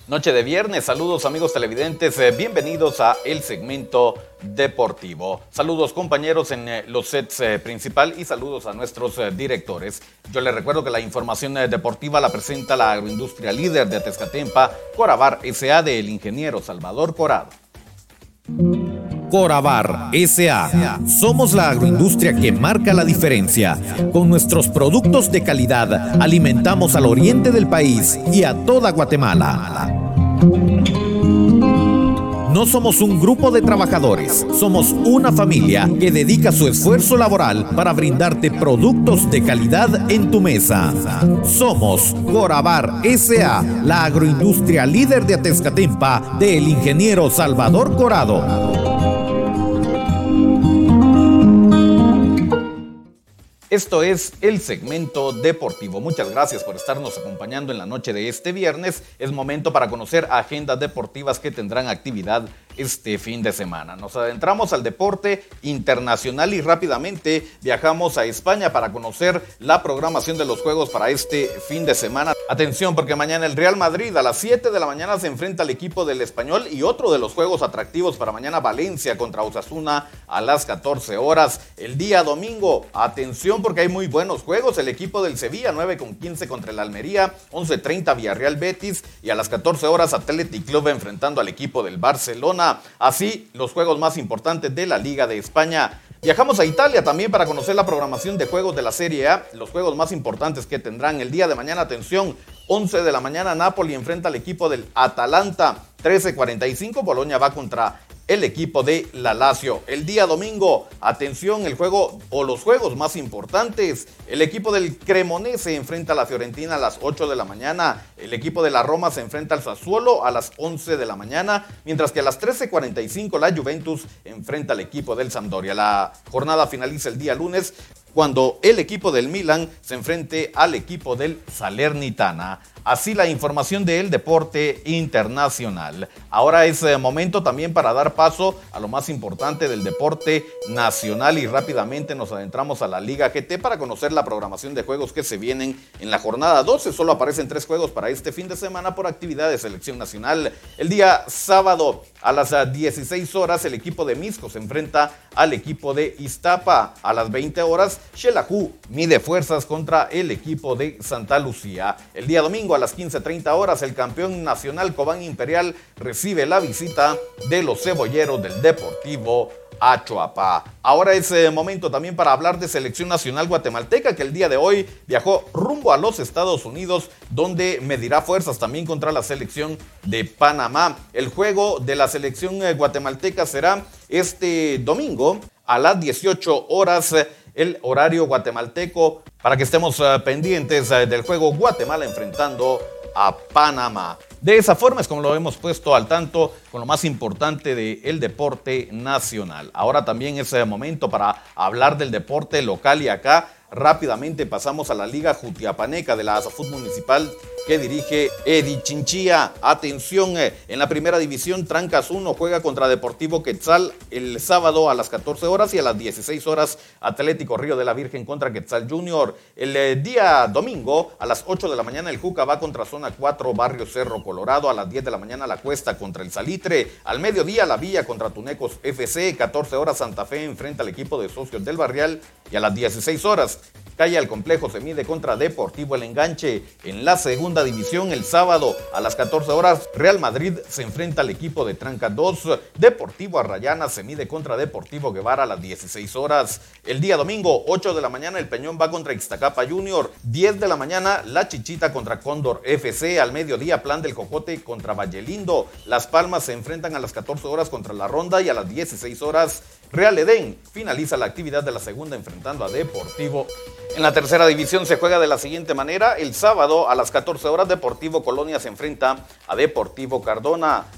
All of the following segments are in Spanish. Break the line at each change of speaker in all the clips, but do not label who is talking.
Noche de viernes, saludos amigos televidentes, bienvenidos a el segmento deportivo. Saludos compañeros en los sets principal y saludos a nuestros directores. Yo les recuerdo que la información deportiva la presenta la agroindustria líder de Tezcatempa, Corabar S.A. del ingeniero Salvador Corado.
Corabar S.A. Somos la agroindustria que marca la diferencia. Con nuestros productos de calidad alimentamos al oriente del país y a toda Guatemala. No somos un grupo de trabajadores, somos una familia que dedica su esfuerzo laboral para brindarte productos de calidad en tu mesa. Somos Corabar S.A., la agroindustria líder de Tezcatempa del ingeniero Salvador Corado.
Esto es el segmento deportivo. Muchas gracias por estarnos acompañando en la noche de este viernes. Es momento para conocer agendas deportivas que tendrán actividad este fin de semana. Nos adentramos al deporte internacional y rápidamente viajamos a España para conocer la programación de los juegos para este fin de semana. Atención, porque mañana el Real Madrid a las 7 de la mañana se enfrenta al equipo del Español y otro de los juegos atractivos para mañana, Valencia contra Osasuna a las 14 horas. El día domingo, atención porque hay muy buenos juegos. El equipo del Sevilla 9:15 contra el Almería, 11:30 Villarreal Betis y a las 14 horas Athletic Club enfrentando al equipo del Barcelona. Así, los juegos más importantes de la Liga de España. Viajamos a Italia también para conocer la programación de juegos de la Serie A, los juegos más importantes que tendrán el día de mañana. Atención, 11 de la mañana Napoli enfrenta al equipo del Atalanta, 13:45 Boloña va contra el equipo de la Lazio. El día domingo, atención, el juego o los juegos más importantes. El equipo del Cremonese se enfrenta a la Fiorentina a las 8 de la mañana. El equipo de la Roma se enfrenta al Sassuolo a las 11 de la mañana. Mientras que a las 13:45 la Juventus enfrenta al equipo del Sampdoria. La jornada finaliza el día lunes cuando el equipo del Milan se enfrente al equipo del Salernitana. Así la información del deporte internacional. Ahora es momento también para dar paso a lo más importante del deporte nacional y rápidamente nos adentramos a la Liga GT para conocer la programación de juegos que se vienen en la jornada 12. Solo aparecen 3 juegos para este fin de semana por actividad de selección nacional. El día sábado a las 16 horas el equipo de Misco se enfrenta al equipo de Iztapa. A las 20 horas Xelajú mide fuerzas contra el equipo de Santa Lucía. El día domingo a las 15:30 horas el campeón nacional Cobán Imperial recibe la visita de los cebolleros del Deportivo Achuapa. Ahora es momento también para hablar de selección nacional guatemalteca que el día de hoy viajó rumbo a los Estados Unidos donde medirá fuerzas también contra la selección de Panamá. El juego de la selección guatemalteca será este domingo a las 18 horas el horario guatemalteco para que estemos pendientes del juego Guatemala enfrentando a Panamá. De esa forma es como lo hemos puesto al tanto con lo más importante del deporte nacional. Ahora también es momento para hablar del deporte local y acá rápidamente pasamos a la Liga Jutiapaneca de la ASAFUT Municipal que dirige Eddie Chinchilla. Atención, en la primera división Trancas 1 juega contra Deportivo Quetzal el sábado a las 14 horas y a las 16 horas Atlético Río de la Virgen contra Quetzal Junior. El día domingo a las 8 de la mañana el Juca va contra Zona 4 Barrio Cerro Colorado. A las 10 de la mañana La Cuesta contra el Salitre. Al mediodía La Villa contra Tunecos FC. 14 horas Santa Fe enfrenta al equipo de Socios del Barrial y a las 16 horas Calle al Complejo se mide contra Deportivo El Enganche. En la segunda división el sábado a las 14 horas Real Madrid se enfrenta al equipo de Tranca 2. Deportivo Arrayana se mide contra Deportivo Guevara a las 16 horas. El día domingo 8 de la mañana el Peñón va contra Ixtacapa Junior. 10 de la mañana La Chichita contra Cóndor FC. Al mediodía Plan del Cocote contra Vallelindo. Las Palmas se enfrentan a las 14 horas contra La Ronda y a las 16 horas Real Edén finaliza la actividad de la segunda enfrentando a Deportivo. En la tercera división se juega de la siguiente manera. El sábado a las 14 horas Deportivo Colonia se enfrenta a Deportivo Cardona.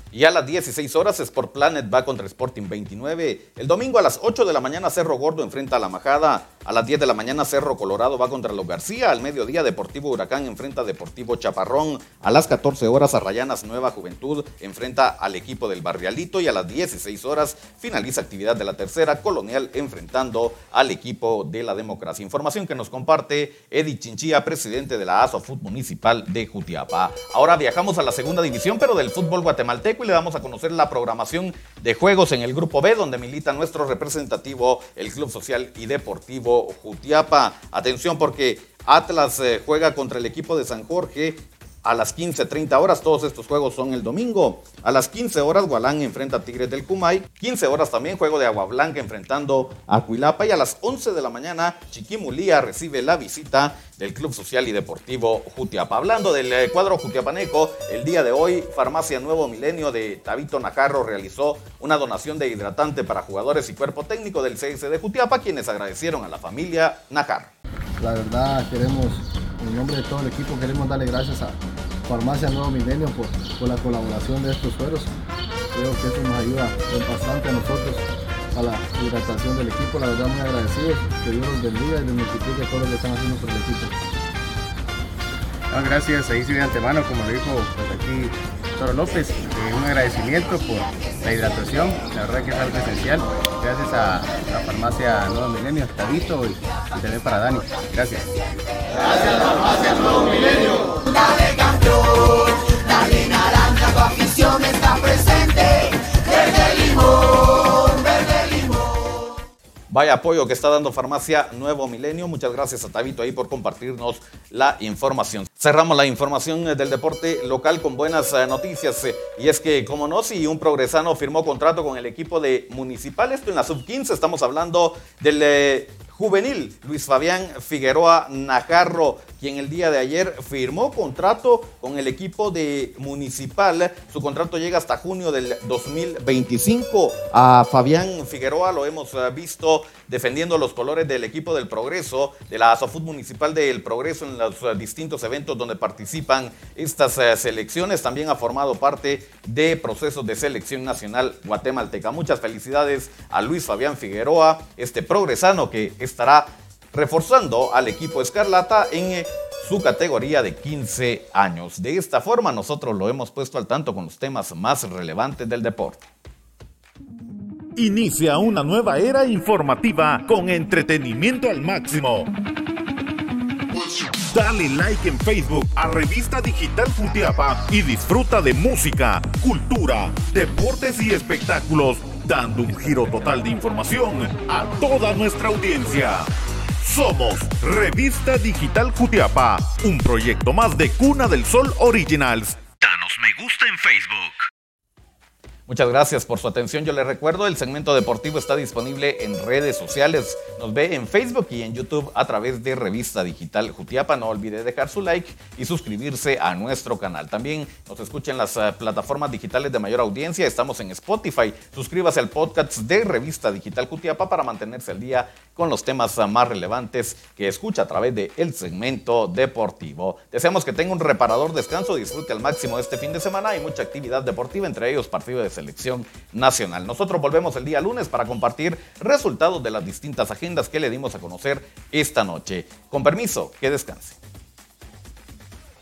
Y a las 16 horas, Sport Planet va contra Sporting 29. El domingo a las 8 de la mañana, Cerro Gordo enfrenta a La Majada. A las 10 de la mañana, Cerro Colorado va contra Los García. Al mediodía, Deportivo Huracán enfrenta a Deportivo Chaparrón. A las 14 horas, Arrayanas Nueva Juventud enfrenta al equipo del Barrialito. Y a las 16 horas, finaliza actividad de la tercera, Colonial enfrentando al equipo de la Democracia. Información que nos comparte Eddie Chinchilla, presidente de la ASOFUT Municipal de Jutiapa. Ahora viajamos a la segunda división, pero del fútbol guatemalteco, y le damos a conocer la programación de juegos en el Grupo B, donde milita nuestro representativo, el Club Social y Deportivo Jutiapa. Atención, porque Atlas juega contra el equipo de San Jorge a las 15:30 horas. Todos estos juegos son el domingo. A las 15 horas, Gualán enfrenta a Tigres del Cumay. 15 horas también, juego de Agua Blanca enfrentando a Cuilapa. Y a las 11 de la mañana, Chiquimulía recibe la visita del Club Social y Deportivo Jutiapa. Hablando del cuadro jutiapaneco, el día de hoy, Farmacia Nuevo Milenio de Tabito Najarro realizó una donación de hidratante para jugadores y cuerpo técnico del CS de Jutiapa, quienes agradecieron a la familia Najarro.
La verdad, en nombre de todo el equipo, queremos darle gracias a Farmacia Nuevo Milenio por la colaboración de estos sueros. Creo que eso nos ayuda bastante a nosotros, a la hidratación del equipo. La verdad, muy agradecidos. Que Dios los bendiga y les multiplique todo lo que están haciendo por el equipo.
Gracias, ahí sí de antemano, como lo dijo aquí Toro López, un agradecimiento por la hidratación. La verdad que es algo esencial. Gracias a Farmacia Nuevo Milenio, Tabito y también para Dani. Gracias.
Gracias Farmacia Nuevo Milenio. Dale campeón, dale naranja, tu afición está presente. Verde limón, verde limón.
Vaya apoyo que está dando Farmacia Nuevo Milenio. Muchas gracias a Tabito ahí por compartirnos la información. Cerramos la información del deporte local con buenas noticias. Y es que, como no, si un progresano firmó contrato con el equipo de Municipal, esto en la sub-15, estamos hablando del juvenil Luis Fabián Figueroa Najarro, quien el día de ayer firmó contrato con el equipo de Municipal. Su contrato llega hasta junio del 2025. A Fabián Figueroa lo hemos visto defendiendo los colores del equipo del Progreso, de la ASOFUT Municipal del Progreso, en los distintos eventos donde participan estas selecciones. También ha formado parte de procesos de selección nacional guatemalteca. Muchas felicidades a Luis Fabián Figueroa, este progresano que estará reforzando al equipo Escarlata en su categoría de 15 años. De esta forma, nosotros lo hemos puesto al tanto con los temas más relevantes del deporte.
Inicia una nueva era informativa con entretenimiento al máximo. Dale like en Facebook a Revista Digital Jutiapa y disfruta de música, cultura, deportes y espectáculos, dando un giro total de información a toda nuestra audiencia. Somos Revista Digital Jutiapa, un proyecto más de Cuna del Sol Originals. Danos me gusta en Facebook.
Muchas gracias por su atención. Yo les recuerdo, el segmento deportivo está disponible en redes sociales. Nos ve en Facebook y en YouTube a través de Revista Digital Jutiapa. No olvide dejar su like y suscribirse a nuestro canal. También nos escucha en las plataformas digitales de mayor audiencia. Estamos en Spotify. Suscríbase al podcast de Revista Digital Jutiapa para mantenerse al día con los temas más relevantes que escucha a través del segmento deportivo. Deseamos que tenga un reparador descanso, disfrute al máximo este fin de semana y mucha actividad deportiva, entre ellos partido de selección nacional. Nosotros volvemos el día lunes para compartir resultados de las distintas agendas que le dimos a conocer esta noche. Con permiso, que descanse.